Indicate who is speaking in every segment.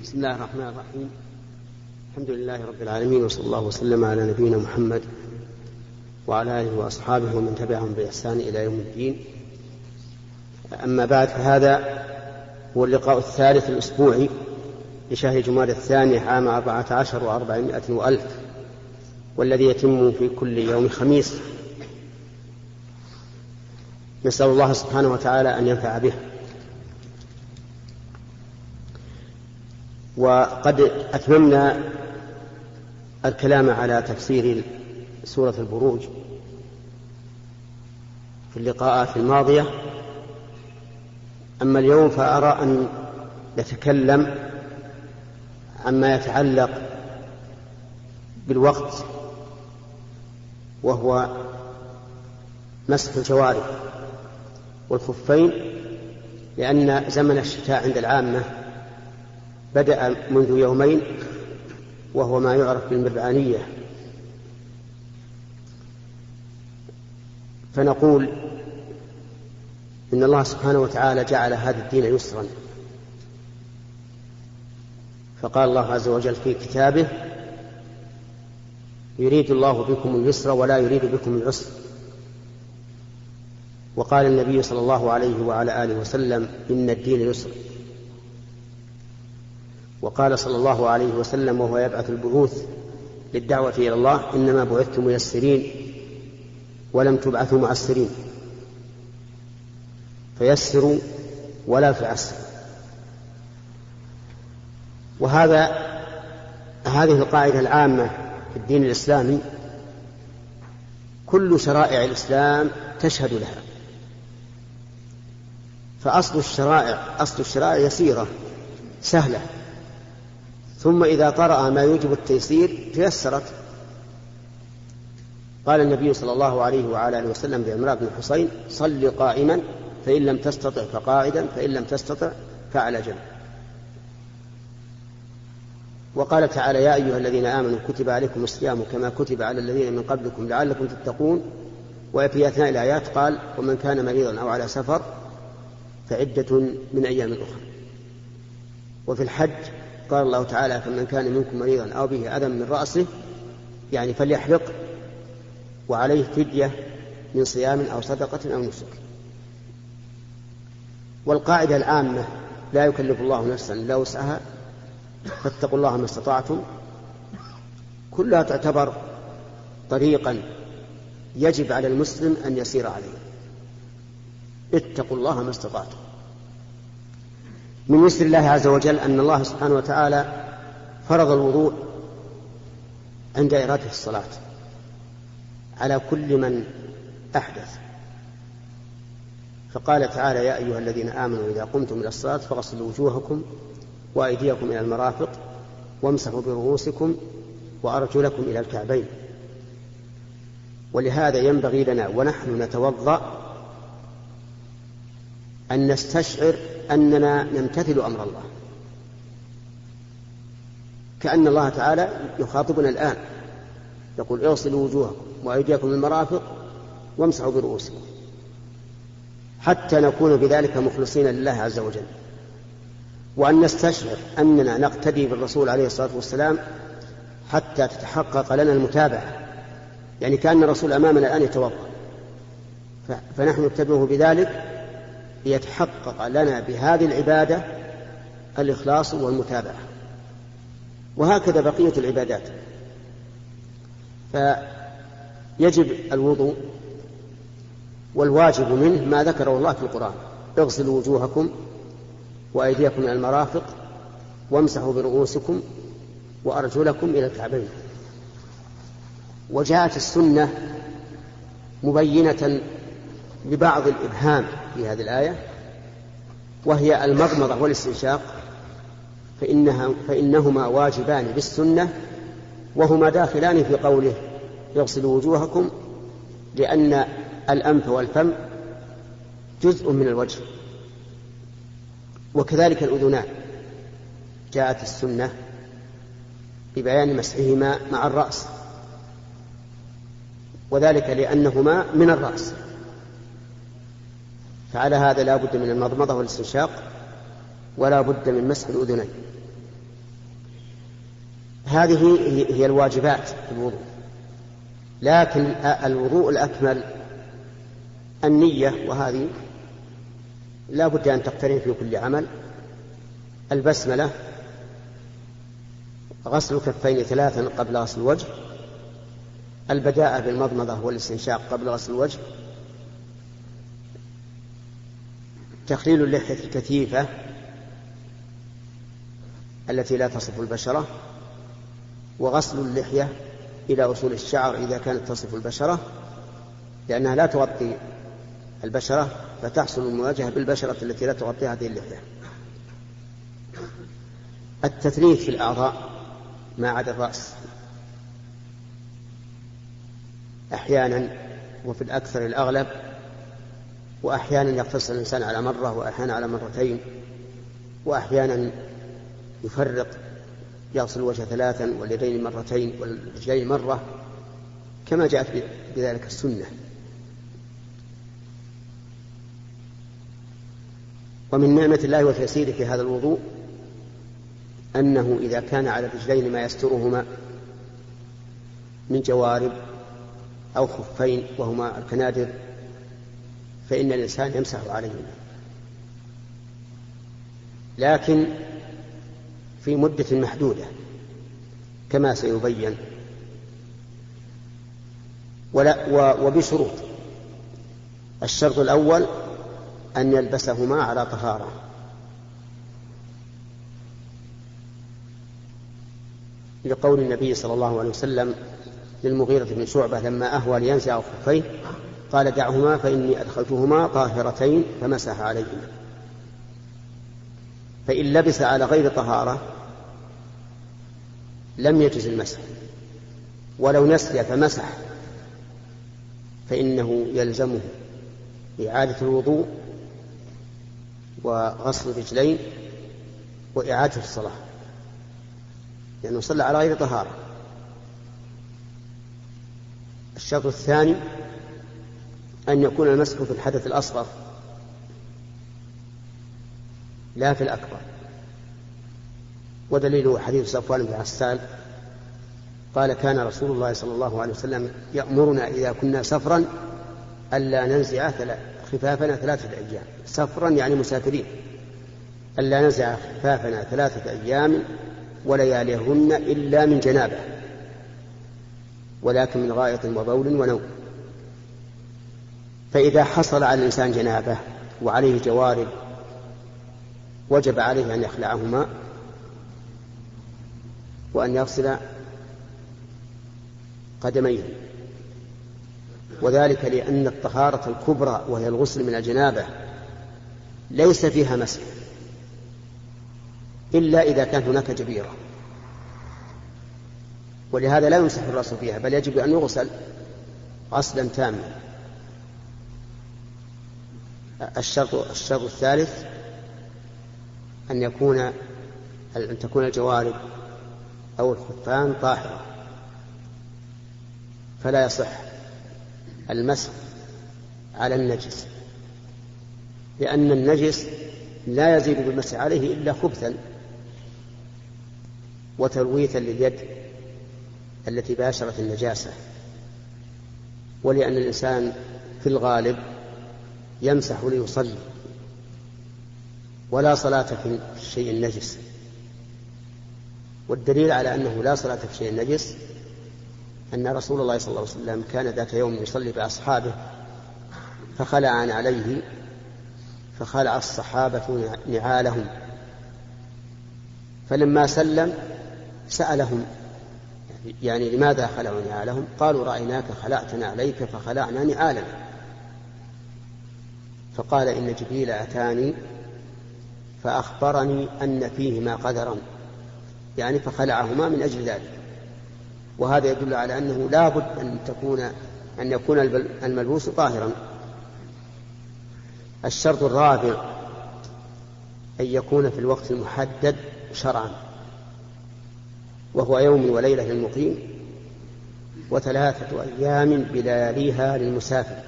Speaker 1: بسم الله الرحمن الرحيم. الحمد لله رب العالمين، وصلى الله وسلم على نبينا محمد وعلى آله وأصحابه ومن تبعهم بإحسان إلى يوم الدين. أما بعد، فهذا هو اللقاء الثالث الأسبوعي لشهر جمادى الثاني عام 14 و400 وألف، والذي يتم في كل يوم خميس. نسأل الله سبحانه وتعالى أن ينفع به. وقد أتممنا الكلام على تفسير سورة البروج في اللقاءات الماضية. أما اليوم فأرى أن نتكلم عما يتعلق بالوقت، وهو مسح الجوارح والخفين، لأن زمن الشتاء عند العامة بدأ منذ يومين، وهو ما يعرف بالمرآنية. فنقول إن الله سبحانه وتعالى جعل هذا الدين يسرا، فقال الله عز وجل في كتابه: يريد الله بكم اليسر ولا يريد بكم العسر. وقال النبي صلى الله عليه وعلى آله وسلم: إن الدين يسر. وقال صلى الله عليه وسلم وهو يبعث البعوث للدعوة إلى الله: إنما بعثتم ميسرين ولم تبعثوا معسرين، فيسروا ولا تعسروا. هذه القاعدة العامة في الدين الإسلامي كل شرائع الإسلام تشهد لها. فأصل الشرائع يسيرة سهلة، ثم إذا طرأ ما يوجب التيسير تيسرت. قال النبي صلى الله عليه وعلى آله وسلم لعمران بن الحصين: صل قائما، فإن لم تستطع فقاعدا، فإن لم تستطع فعلى جنب. وقال تعالى: يا أيها الذين آمنوا كتب عليكم الصيام كما كتب على الذين من قبلكم لعلكم تتقون. وفي أثناء الآيات قال: ومن كان مريضا أو على سفر فعدة من أيام أخرى. وفي الحج قال الله تعالى: فمن كان منكم مريضا أو به أذى من رأسه، يعني فليحلق، وعليه فدية من صيام أو صدقة أو نسك. والقاعدة العامة: لا يكلف الله نفسا إلا وسعها، فاتقوا الله ما استطعتم، كلها تعتبر طريقا يجب على المسلم أن يسير عليه. اتقوا الله ما استطعتم. من يسر الله عز وجل أن الله سبحانه وتعالى فرض الوضوء عند إرادة الصلاة على كل من أحدث، فقال تعالى: يا أيها الذين آمنوا إذا قمتم إلى الصلاة فاغسلوا وجوهكم وأيديكم إلى المرافق وامسحوا برؤوسكم وأرجلكم إلى الكعبين. ولهذا ينبغي لنا ونحن نتوضأ أن نستشعر أننا نمتثل أمر الله، كأن الله تعالى يخاطبنا الآن، يقول: اغسلوا وجوهكم وأيديكم المرافق وامسحوا برؤوسكم، حتى نكون بذلك مخلصين لله عز وجل. وأن نستشعر أننا نقتدي بالرسول عليه الصلاة والسلام حتى تتحقق لنا المتابعة، يعني كأن الرسول أمامنا الآن يتوضأ، فنحن نتبعه بذلك ليتحقق لنا بهذه العبادة الإخلاص والمتابعة. وهكذا بقية العبادات. فيجب الوضوء، والواجب منه ما ذكره الله في القرآن: اغسلوا وجوهكم وأيديكم إلى المرافق وامسحوا برؤوسكم وأرجلكم إلى الكعبين. وجاءت السنة مبينة ببعض الإبهام في هذه الآية، وهي المضمضة والاستنشاق، فإنهما واجبان بالسنة، وهما داخلان في قوله: اغسلوا وجوهكم، لأن الأنف والفم جزء من الوجه. وكذلك الأذنان جاءت السنة ببيان مسحهما مع الرأس، وذلك لأنهما من الرأس، فعلى هذا لا بد من المضمضة والاستنشاق، ولا بد من مسح الأذنين. هذه هي الواجبات في الوضوء. لكن الوضوء الأكمل النية، وهذه لا بد أن تقترن في كل عمل. البسملة، غسل الكفين 3 قبل غسل الوجه، البداءة بالمضمضة والاستنشاق قبل غسل الوجه، تخليل اللحية الكثيفة التي لا تصف البشرة، وغسل اللحية إلى أصول الشعر إذا كانت تصف البشرة، لأنها لا تغطي البشرة فتحصل المواجهة بالبشرة التي لا تغطي هذه اللحية. التثليث في الأعضاء ما عدا الرأس أحيانا، وفي الأكثر الأغلب، وأحيانا يقتصر الإنسان على مرة، وأحيانا على مرتين، وأحيانا يفرق، يغسل الوجه 3 واليدين مرتين والرجلين مرة، كما جاءت بذلك السنة. ومن نعمة الله وتيسيره في هذا الوضوء أنه إذا كان على الرجلين ما يسترهما من جوارب أو خفين وهما الكنادر فإن الإنسان يمسح عليهما، لكن في مدة محدودة كما سيبين، وبشروط. الشرط الأول أن يلبسهما على طهارة، لقول النبي صلى الله عليه وسلم للمغيرة بن شعبة لما أهوى لينزع خفيه قال: دعهما فإني أدخلتهما طاهرتين، فمسح عليهما. فإن لبس على غير طهارة لم يجز المسح، ولو نسي فمسح فإنه يلزمه إعادة الوضوء وغسل الرجلين وإعادة الصلاة، لأنه صلى على غير طهارة. الشرط الثاني أن يكون المسح في الحدث الأصغر لا في الأكبر، ودليله حديث صفوان بن عسال قال: كان رسول الله صلى الله عليه وسلم يأمرنا إذا كنا سفرا ألا ننزع خفافنا 3 أيام. سفرا يعني مسافرين، ألا ننزع خفافنا 3 أيام ولياليهن إلا من جنابه، ولكن من غائط وبول ونوم. فإذا حصل على الإنسان جنابه وعليه جوارب وجب عليه أن يخلعهما وأن يغسل قدميه، وذلك لأن الطهارة الكبرى وهي الغسل من الجنابة ليس فيها مسح إلا إذا كان هناك جبيرة، ولهذا لا يمسح الرأس فيها، بل يجب أن يغسل غسلا تاما. الشرط الثالث أن تكون الجوارب أو الخفان طاهرة، فلا يصح المسح على النجس، لأن النجس لا يزيد بالمسح عليه إلا خبثا وتلويثا لليد التي باشرت النجاسة، ولأن الإنسان في الغالب يمسح ليصلي، ولا صلاة في الشيء النجس. والدليل على أنه لا صلاة في الشيء النجس أن رسول الله صلى الله عليه وسلم كان ذات يوم يصلي بأصحابه فخلع عليه، فخلع الصحابة نعالهم، فلما سلم سألهم يعني لماذا خلعوا نعالهم؟ قالوا: رأيناك خلعتنا عليك فخلعنا نعالنا. فقال: إن جبريل أتاني فأخبرني أن فيهما قدرا، يعني فخلعهما من أجل ذلك. وهذا يدل على أنه لا بد أن يكون الملبوس طاهرا. الشرط الرابع أن يكون في الوقت المحدد شرعا، وهو يوم وليلة للمقيم و3 أيام بلياليها للمسافر.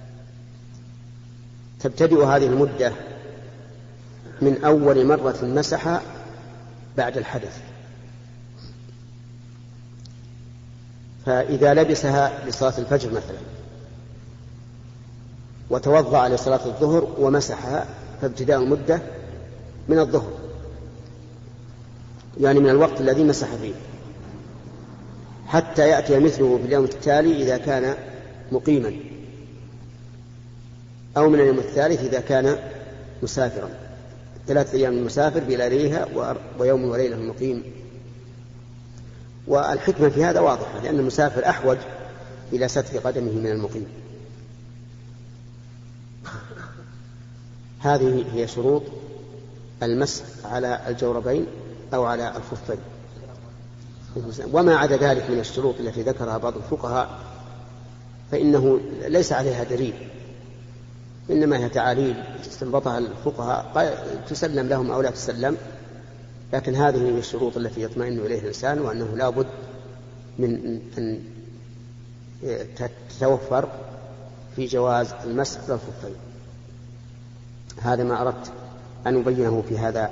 Speaker 1: تبتدئ هذه المدة من أول مرة مسح بعد الحدث، فإذا لبسها لصلاة الفجر مثلا وتوضأ لصلاة الظهر ومسحها، فابتداء المدة من الظهر، يعني من الوقت الذي مسح فيه، حتى يأتي مثله في اليوم التالي إذا كان مقيما، أو من اليوم الثالث إذا كان مسافرا. 3 أيام المسافر بلياليها ويوم وليلة المقيم. والحكمة في هذا واضحة، لأن المسافر أحوج إلى ستر قدمه من المقيم. هذه هي شروط المسح على الجوربين أو على الخفين. وما عدا ذلك من الشروط التي ذكرها بعض الفقهاء فإنه ليس عليها دليل، إنما هي تعاليل استنبطها الفقهاء تسلم لهم أو لا تسلم، لكن هذه هي الشروط التي يطمئن إليها الإنسان، وأنه لا بد من أن تتوفر في جواز المسح على الخفين. هذا ما أردت أن أبينه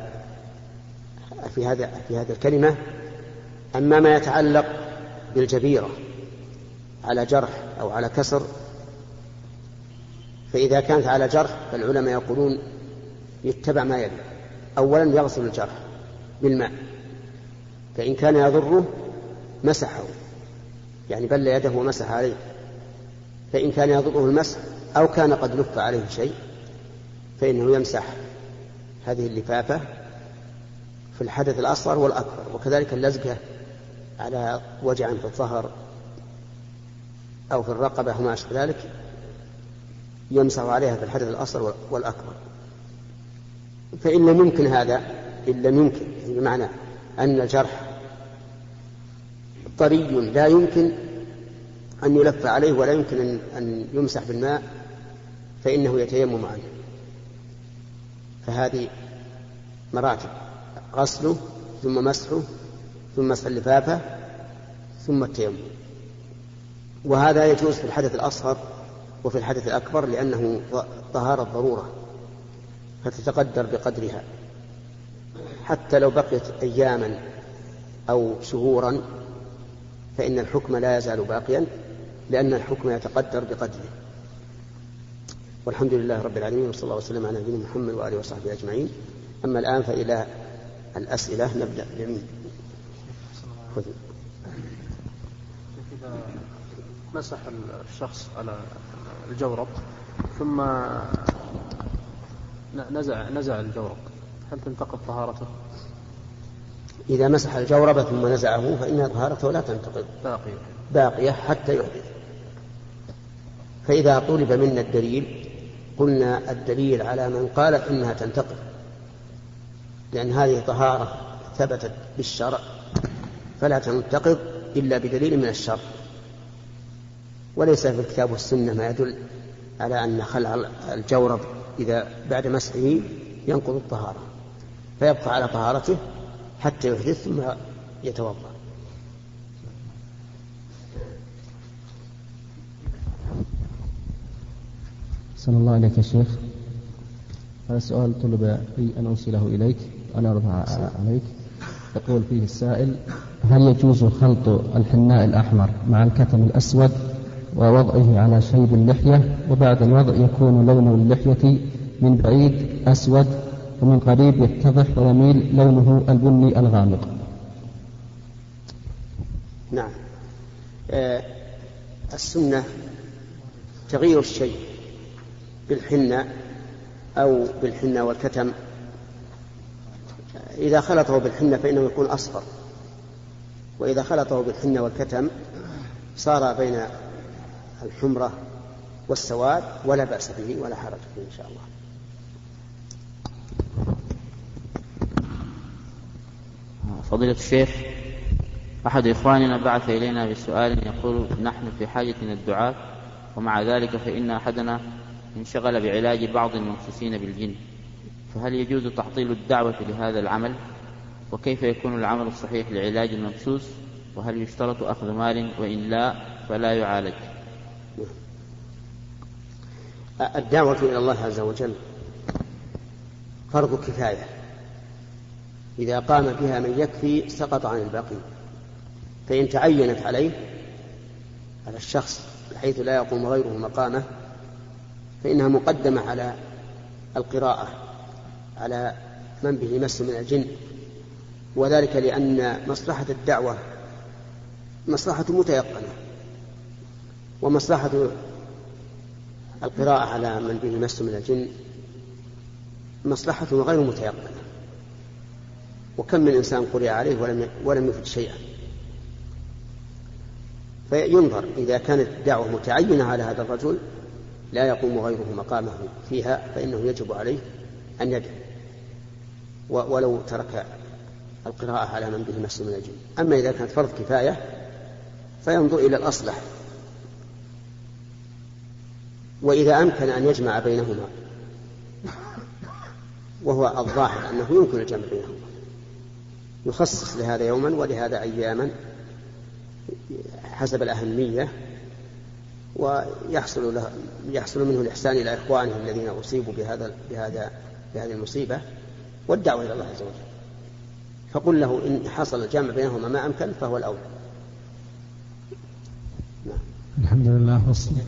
Speaker 1: في هذه الكلمة. أما ما يتعلق بالجبيرة على جرح أو على كسر، فإذا كانت على جرح فالعلماء يقولون يتبع ما يلي: أولا يغسل الجرح بالماء، فإن كان يضره مسحه، يعني بل يده ومسح عليه. فإن كان يضره المسح أو كان قد لف عليه شيء فإنه يمسح هذه اللفافة في الحدث الأصغر والأكبر. وكذلك اللزقة على وجع في الظهر أو في الرقبة وما أشبه ذلك يمسح عليها في الحدث الأصغر والأكبر. فإن لم يمكن هذا، إن لم يمكن بمعنى أن الجرح طري لا يمكن أن يلف عليه ولا يمكن أن يمسح بالماء، فإنه يتيمم عنه. فهذه مراتب: غسله ثم مسحه ثم مسح اللفافة ثم التيمم. وهذا يجوز في الحدث الأصغر وفي الحدث الأكبر، لأنه طهارة ضرورة فتتقدر بقدرها. حتى لو بقيت أياما أو شهورا فإن الحكم لا يزال باقيا، لأن الحكم يتقدر بقدره. والحمد لله رب العالمين، وصلى الله وسلم على نبينا محمد وآله وصحبه أجمعين. أما الآن فإلى الأسئلة نبدأ. جميل.
Speaker 2: إذا مسح الشخص على الجورب ثم نزع الجورب، هل تنتقض طهارته؟
Speaker 1: إذا مسح الجورب ثم نزعه فإن طهارته لا تنتقض، باقية حتى يحدث. فإذا طلب منا الدليل قلنا الدليل على من قال إنها تنتقض، لأن هذه طهارة ثبتت بالشرع فلا تنتقض إلا بدليل من الشرع. وليس في الكتاب والسنة ما يدل على أن خلع الجورب إذا بعد مسحه ينقض الطهارة، فيبقى على طهارته حتى يحدث ثم يتوضأ.
Speaker 3: صلى الله عليك يا شيخ. هذا السؤال طلب لي أن أرسله إليك وأنا أرضى عليك. يقول فيه السائل: هل يجوز خلط الحناء الأحمر مع الكتم الأسود ووضعه على شيب اللحية، وبعد الوضع يكون لون اللحية من بعيد أسود ومن قريب يتضح ويميل لونه البني الغامق؟
Speaker 1: نعم. السنة تغيير الشيء بالحنة أو بالحنة والكتم. إذا خلطه بالحنة فإنه يكون أصفر، وإذا خلطه بالحنة والكتم صار بين الحمرة والسواد، ولا بأس به ولا حرج فيه إن شاء الله.
Speaker 4: فضيلة الشيخ، أحد إخواننا بعث إلينا بسؤال يقول: نحن في حاجة إلى الدعاء، ومع ذلك فإن أحدنا انشغل بعلاج بعض الممسوسين بالجن، فهل يجوز تعطيل الدعوة لهذا العمل؟ وكيف يكون العمل الصحيح لعلاج الممسوس؟ وهل يشترط أخذ مال، وإن لا فلا يعالج؟
Speaker 1: الدعوة إلى الله عز وجل فرض كفاية، إذا قام بها من يكفي سقط عن الباقي، فإن تعينت عليه على الشخص بحيث لا يقوم غيره مقامه، فإنها مقدمة على القراءة على من به مس من الجن، وذلك لأن مصلحة الدعوة مصلحة متيقنة، ومصلحة القراءة على من به مس من الجن مصلحة غير متيقنة. وكم من إنسان قرئ عليه ولم يفد شيئا. فينظر إذا كانت الدعوة متعينة على هذا الرجل لا يقوم غيره مقامه فيها، فإنه يجب عليه أن يدعو ولو ترك القراءة على من به مس من الجن. أما إذا كانت فرض كفاية فينظر إلى الأصلح، وإذا أمكن أن يجمع بينهما، وهو الظاهر أنه يمكن الجمع بينهما، يخصص لهذا يوما ولهذا أياما حسب الأهمية، ويحصل منه الإحسان إلى إخوانه الذين أصيبوا بهذه المصيبة والدعوة إلى الله عز وجل. فقل له إن حصل الجمع بينهما ما أمكن فهو الأولى.
Speaker 5: الحمد لله.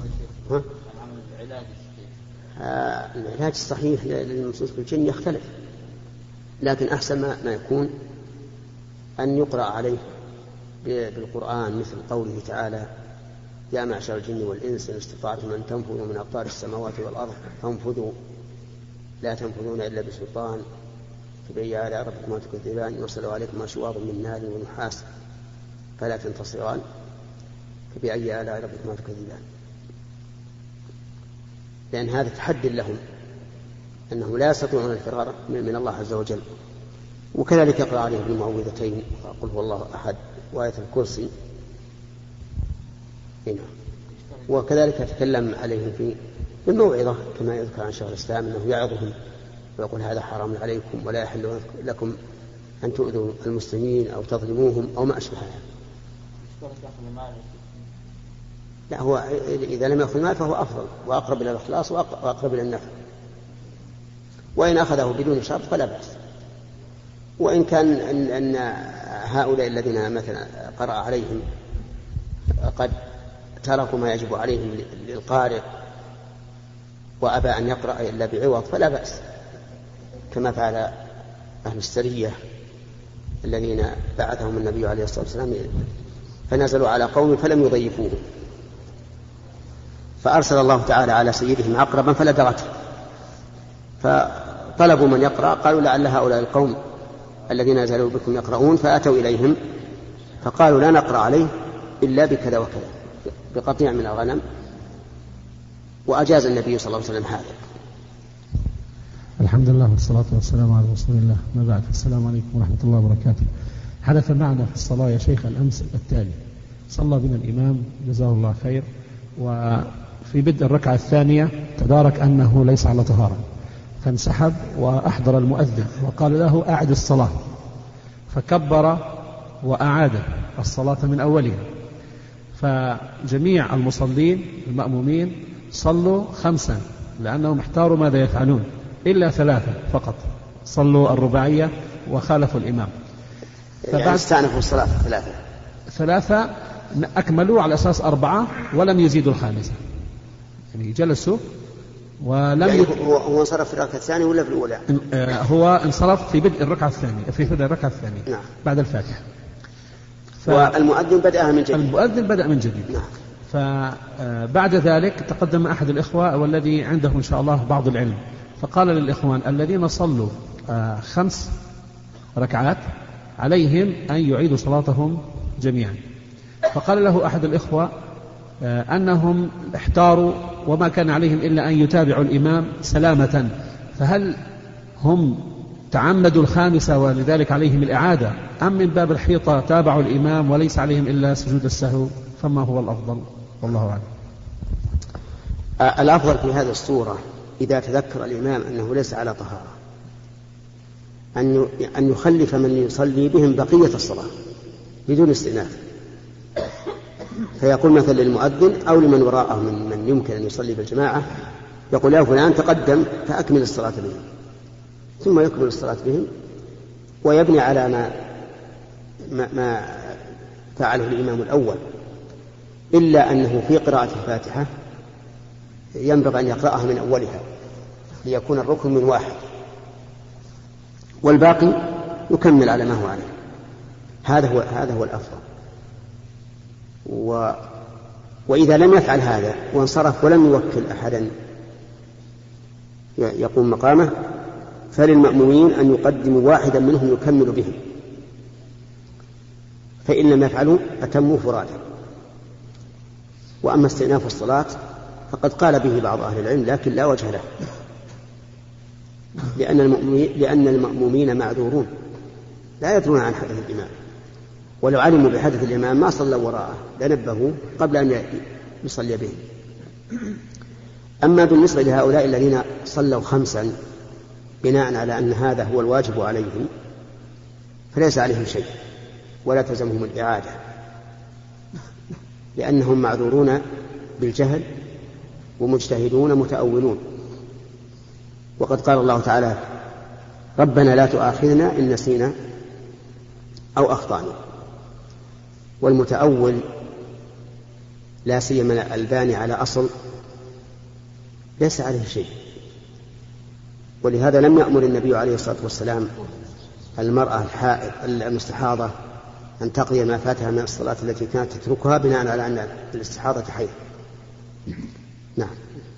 Speaker 1: العلاج الصحيح للمصيبة بالجن يختلف، لكن أحسن ما يكون أن يقرأ عليه بالقرآن مثل قوله تعالى: يا معشر الجن والإنس إن استطعتم أن تنفذوا من أقطار السماوات والأرض فانفذوا لا تنفذون إلا بسلطان فبأي آلاء ربكما تكذبان يرسل عليكما شواظ من نار ونحاس فلا تنتصران فبأي آلاء ربكما تكذبان. لأن هذا تحدي لهم أنهم لا يستطيعون الفرار من الله عز وجل. وكذلك يقرأ عليه بالمعوذتين قل هو الله أحد وآية الكرسي هنا. وكذلك يتكلم عليهم في الموعظة كما يذكر عن شيخ الإسلام أنه يعظهم ويقول هذا حرام عليكم ولا يحل لكم أن تؤذوا المسلمين أو تظلموهم أو ما أشبه هذا. لا، هو إذا لم يأخذ المال فهو أفضل وأقرب إلى الإخلاص وأقرب إلى النفع، وإن أخذه بدون شرط فلا بأس. وإن كان أن هؤلاء الذين مثلا قرأ عليهم قد تركوا ما يجب عليهم للقارئ وأبى أن يقرأ إلا بعوض فلا بأس، كما فعل أهل السرية الذين بعثهم النبي عليه الصلاة والسلام فنزلوا على قوم فلم يضيفوه، فأرسل الله تعالى على سيدهم عقربا فلدغته، فطلبوا من يقرأ قالوا لعل هؤلاء القوم الذين نزلوا بكم يقرؤون، فأتوا إليهم فقالوا لا نقرأ عليه إلا بكذا وكذا بقطيع من الغنم، وأجاز النبي صلى الله عليه وسلم هذا.
Speaker 5: الحمد لله والصلاة والسلام على رسول الله، ما بعد. السلام عليكم ورحمة الله وبركاته. حدث معنا في الصلاة يا شيخ الأمس التالي: صلى بنا الإمام جزاه الله خير، وفي بدء الركعة الثانية تدارك أنه ليس على طهارة، فانسحب وأحضر المؤذن وقال له أعد الصلاة، فكبر وأعاد الصلاة من أولها. فجميع المصلين المأمومين صلوا 5 لأنهم احتاروا ماذا يفعلون، إلا 3 فقط صلوا الرباعية وخالفوا الإمام.
Speaker 1: فبعد استأنفوا الصلاة
Speaker 5: 3 أكملوا على أساس 4 ولم يزيدوا الخامسة، يعني جلسوا ولم
Speaker 1: يعني هو انصرف في الركعة الثانية ولا في الأولى؟
Speaker 5: هو انصرف في بدء الركعة الثانية، في بدء الركعة الثانية.
Speaker 1: نعم.
Speaker 5: بعد الفاتحة.
Speaker 1: والمؤذن بدأها من جديد.
Speaker 5: المؤذن بدأ من جديد.
Speaker 1: نعم.
Speaker 5: فبعد ذلك تقدم أحد الإخوة والذي عنده إن شاء الله بعض العلم، فقال للإخوان الذين صلوا 5 ركعات عليهم أن يعيدوا صلاتهم جميعا. فقال له أحد الإخوة أنهم احتاروا وما كان عليهم إلا أن يتابعوا الإمام سلامة، فهل هم تعمدوا الخامسة ولذلك عليهم الإعادة، أم من باب الحيطة تابعوا الإمام وليس عليهم إلا سجود السهو؟ فما هو الأفضل؟ والله أعلم.
Speaker 1: الأفضل في هذه الصورة إذا تذكر الإمام أنه ليس على طهارة أن يخلف من يصلي بهم بقية الصلاة بدون استئناف، فيقول مثلا للمؤذن أو لمن وراءه من يمكن أن يصلي بالجماعة، يقول يا فلان تقدم فأكمل الصلاة بهم، ثم يكمل الصلاة بهم ويبني على ما فعله الإمام الأول. إلا أنه في قراءة الفاتحة ينبغي أن يقرأها من أولها ليكون الركن من واحد، والباقي يكمل على ما هو عليه. هذا هو الأفضل. وإذا لم يفعل هذا وانصرف ولم يوكل أحدا يقوم مقامه، فللمأمومين أن يقدموا واحدا منهم يكمل بهم، فإن لم يفعلوا أتموا فرادا. وأما استئناف الصلاة فقد قال به بعض أهل العلم لكن لا وجه له، لأن المأمومين معذورون لا يدرون عن حدث الإمام، ولو علموا بحدث الإمام ما صلوا وراءه لنبهوا قبل أن يصلي بهم. أما بالنسبة لهؤلاء الذين صلوا 5 بناء على أن هذا هو الواجب عليهم فليس عليهم شيء ولا تلزمهم الإعادة، لأنهم معذورون بالجهل ومجتهدون متأولون. وقد قال الله تعالى: ربنا لا تؤاخذنا إن نسينا أو أخطأنا. والمتأول لا سيما الباني على أصل ليس عليه شيء، ولهذا لم يأمر النبي عليه الصلاة والسلام المرأة الحائض المستحاضة أن تقضي ما فاتها من الصلاة التي كانت تتركها بناء على أن الاستحاضة حيض. نعم.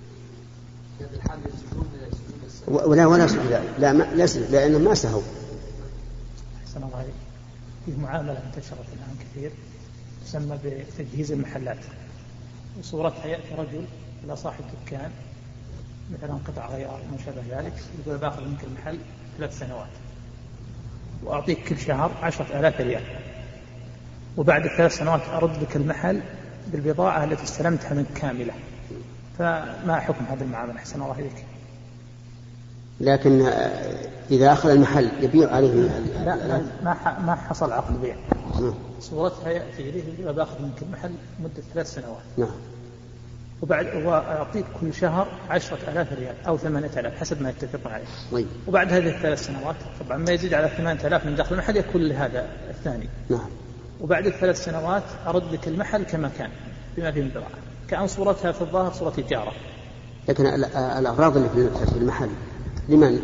Speaker 1: ولا لأنه ما سهوا.
Speaker 6: أحسن الله عليك. في معاملة انتشرت الآن كثير تسمى بتجهيز المحلات، وصورتها يأتي رجل إلى صاحب دكان مثلا قطع غيار وما شابه ذلك، يقول باخذ منك المحل 3 سنوات وأعطيك كل شهر 10,000 ريال، وبعد 3 سنوات أرد لك المحل بالبضاعة التي استلمتها منك كاملة. فما حكم هذا المعاملة؟ أحسن الله عليك.
Speaker 1: لكن إذا أخذ المحل يبيع عليه
Speaker 6: لا ما حصل عقد بيع. صورتها يأتي إليه يقول باخذ منك المحل مدة 3 سنوات.
Speaker 1: نعم.
Speaker 6: وبعد وأعطيك كل شهر 10,000 ريال أو 8,000 حسب ما يتفقون عليه. وبعد هذه 3 سنوات طبعا ما يزيد على 8,000 من داخل المحل يكون لهذا الثاني.
Speaker 1: نعم.
Speaker 6: وبعد 3 سنوات أرد لك المحل كما كان بما فيه من بضاعة، كأن صورتها في الظاهر صورة تجارة.
Speaker 1: لكن الأغراض اللي في المحل لمن؟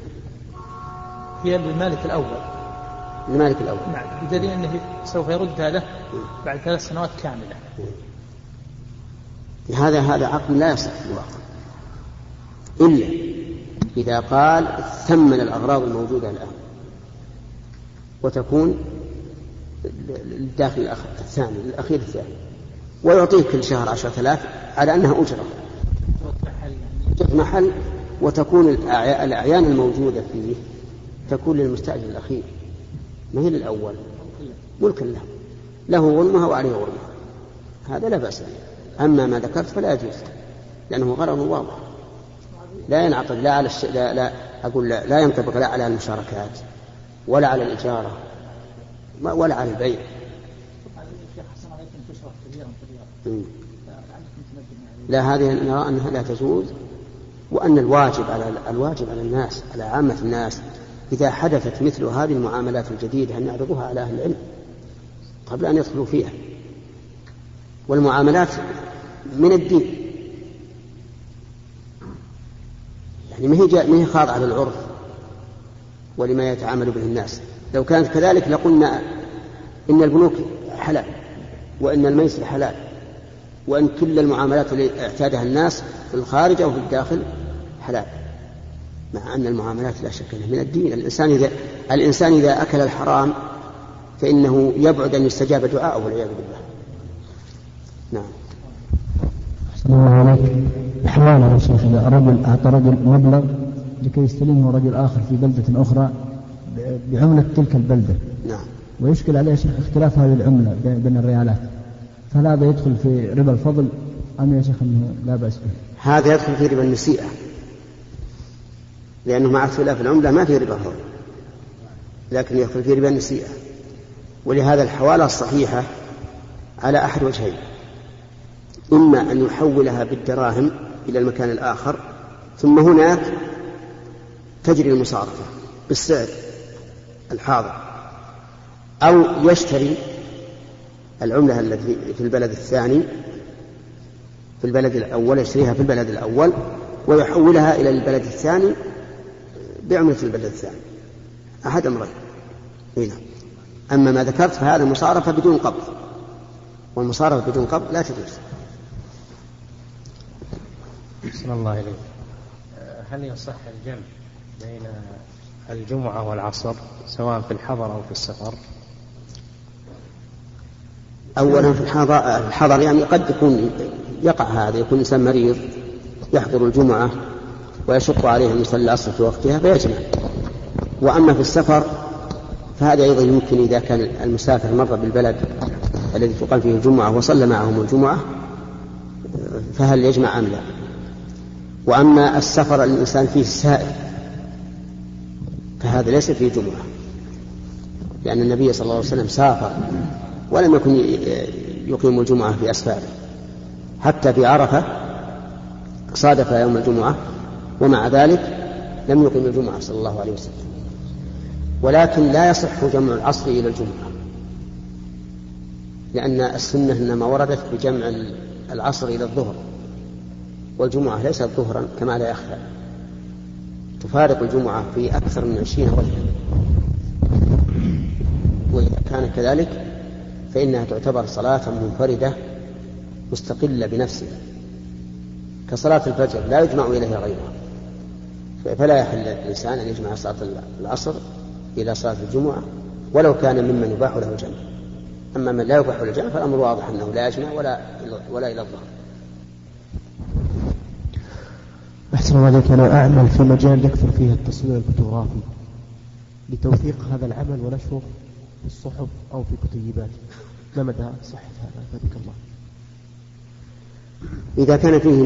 Speaker 6: هي للمالك الأول.
Speaker 1: المالك الأول.
Speaker 6: نعم، بدليل أنه سوف يردها له بعد 3 سنوات كاملة.
Speaker 1: هذا عقد لا يصح في الواقع إلا إذا قال ثمن الأغراض الموجودة الآن وتكون الداخل الثاني الأخير الثاني، ويعطيه كل شهر 10,000 على أنها أجرة محل، وتكون الأعيان الموجودة فيه تكون للمستأجر الأخير ما هي للأول، ملكا له غنمها وعليه غرمها، هذا لا بأس. أما ما ذكرت فلا يجوز لأنه غرض واضح لا ينعقد لا على لا ينطبق لا على المشاركات ولا على الإجارة ولا على البيع. لا، هذه نرى أنها لا تجوز، وأن الواجب على الناس، على عامة الناس إذا حدثت مثل هذه المعاملات الجديدة أن يعرضوها على أهل العلم قبل أن يدخلوا فيها. والمعاملات من الدين، يعني ما هي خاضعة للعرف ولما يتعامل به الناس. لو كانت كذلك لقلنا إن البنوك حلال وإن الميسر حلال وإن كل المعاملات التي اعتادها الناس في الخارج أو في الداخل حلال، مع أن المعاملات لا شك أنها من الدين. الإنسان إذا أكل الحرام فإنه يبعد أن يستجاب دعاءه والعياذ بالله. نعم.
Speaker 3: السلام عليكم. أحيانا يا شيخ إذا رجل أعطى رجل مبلغ لكي يستلمه رجل آخر في بلدة أخرى بعملة تلك البلدة.
Speaker 1: نعم.
Speaker 3: ويشكل عليه شيخ اختلاف هذه العملة بين الريالات، فهل هذا يدخل في ربا الفضل أم يا شيخ أنه لا بأس به؟
Speaker 1: هذا يدخل في ربا النسيئة، لأنه مع اختلاف العملة ما في ربا الفضل، لكن يدخل في ربا النسيئة. ولهذا الحوالة الصحيحة على أحد وجهين: إما أن يحولها بالدراهم إلى المكان الآخر ثم هناك تجري المصارفة بالسعر الحاضر، أو يشتري العملة التي في البلد الثاني في البلد الأول يشتريها في البلد الأول ويحولها إلى البلد الثاني بعملة البلد الثاني، أحد أمرين. هنا أما ما ذكرت فهذا مصارفة بدون قبض، والمصارفة بدون قبض لا تجوز.
Speaker 7: بسم الله إليك. هل يصح الجمع بين الجمعة والعصر سواء في الحضر أو في السفر؟
Speaker 1: أولا في الحضر يعني قد يكون يقع هذا، يكون إنسان مريض يحضر الجمعة ويشق عليه أن يصلي العصر في وقتها فيجمع. وأما في السفر فهذا أيضا يمكن إذا كان المسافر مر بالبلد الذي تقام فيه الجمعة وصلى معهم الجمعة فهل يجمع أم لا. وأما السفر الإنسان فيه السائر فهذا ليس فيه جمعة، لأن النبي صلى الله عليه وسلم سافر ولم يكن يقيم الجمعة في أسفاره، حتى في عرفة صادف يوم الجمعة ومع ذلك لم يقيم الجمعة صلى الله عليه وسلم. ولكن لا يصح جمع العصر إلى الجمعة، لأن السنة إنما وردت بجمع العصر إلى الظهر، والجمعة ليست ظهرا كما لا يخفى، تفارق الجمعة في أكثر من 20 وجها، وإذا كان كذلك فإنها تعتبر صلاة منفردة مستقلة بنفسها كصلاة الفجر لا يجمع إليها غيرها، فلا يحل الإنسان أن يجمع صلاة العصر إلى صلاة الجمعة ولو كان ممن يباح له الجمع. أما من لا يباح له الجمع فالأمر واضح أنه لا يجمع ولا إلى الظهر.
Speaker 3: أحسن الله عليك. أنا أعمل في مجال يكثر فيه التصوير الفوتوغرافي لتوثيق هذا العمل ونشره في الصحف أو في كتيبات، ما مدى صحة هذا؟ فاتك الله.
Speaker 1: إذا كان فيه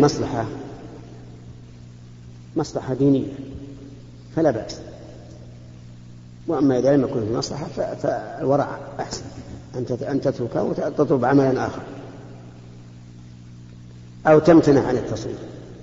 Speaker 1: مصلحة دينية فلا بأس، وأما إذا لم يكن في مصلحة فالورع أحسن أن تتركه وتطلب عملا آخر أو تمتنع عن التصوير.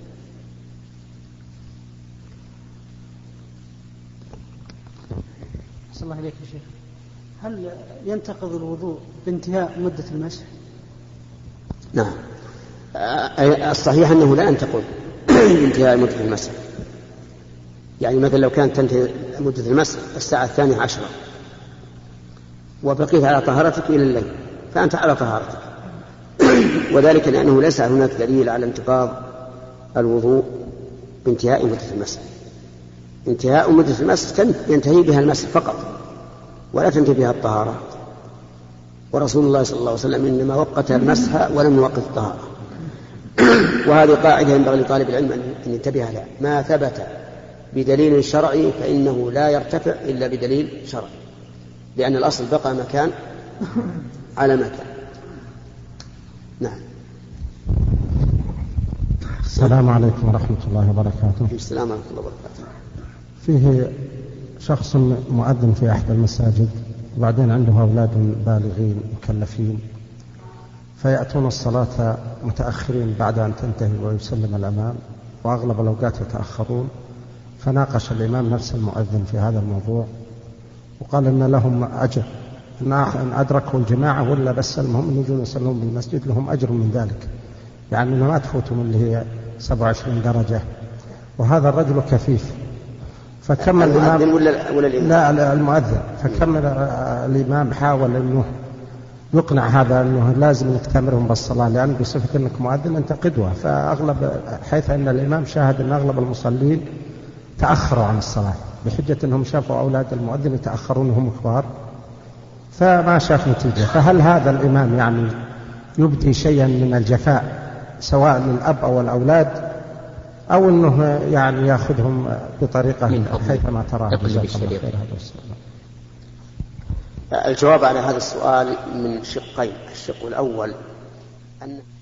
Speaker 8: صلى الله عليك يا شيخ، هل ينتقض الوضوء بانتهاء مدة المسح؟
Speaker 1: نعم، الصحيح أنه لا ينتقض بانتهاء مدة المسح. يعني مثلا لو كانت تنتهي مدة المسح الساعة 12 وبقيت على طهارتك إلى الليل فأنت على طهارتك، وذلك لأنه ليس هناك دليل على انتقاض الوضوء بانتهاء مدة المسح. انتهاء مدة المسح ينتهي بها المسح فقط ولا تنتهي بها الطهارة، ورسول الله صلى الله عليه وسلم إنما وقت المسح ولم يوقت الطهارة. وهذه قاعدة ينبغي لطالب العلم أن ينتبه لها، ما ثبت بدليل شرعي فإنه لا يرتفع إلا بدليل شرعي، لأن الأصل بقى مكان على مكان. نعم.
Speaker 5: السلام عليكم ورحمة الله وبركاته.
Speaker 1: السلام ورحمة الله وبركاته.
Speaker 5: فيه شخص مؤذن في أحد المساجد وبعدين عنده أولاد بالغين مكلفين فيأتون الصلاة متأخرين بعد أن تنتهي ويسلم الأمام، وأغلب الأوقات يتأخرون. فناقش الإمام نفس المؤذن في هذا الموضوع وقال إن لهم أجر إن أدركوا الجماعة ولا بس المهم يجون يصلون بالمسجد لهم أجر من ذلك، يعني ما تفوتهم اللي هي 27 درجة. وهذا الرجل كفيف فكمل
Speaker 1: الإمام ولا الإمام؟
Speaker 5: لا المؤذن. فكمل الإمام حاول أنه يقنع هذا أنه لازم أنك تأمرهم بالصلاة لأن بصفة أنك مؤذن أنت قدوة. فأغلب حيث أن الإمام شاهد أن أغلب المصلين تأخروا عن الصلاة بحجة أنهم شافوا أولاد المؤذن يتأخرون وهم كبار فما شاف نتيجة. فهل هذا الإمام يعني يبدي شيئا من الجفاء سواء للأب أو الأولاد أو أنه يعني يأخذهم بطريقة حيثما تراه؟
Speaker 1: الجواب على هذا السؤال من شقين. الشق الأول أن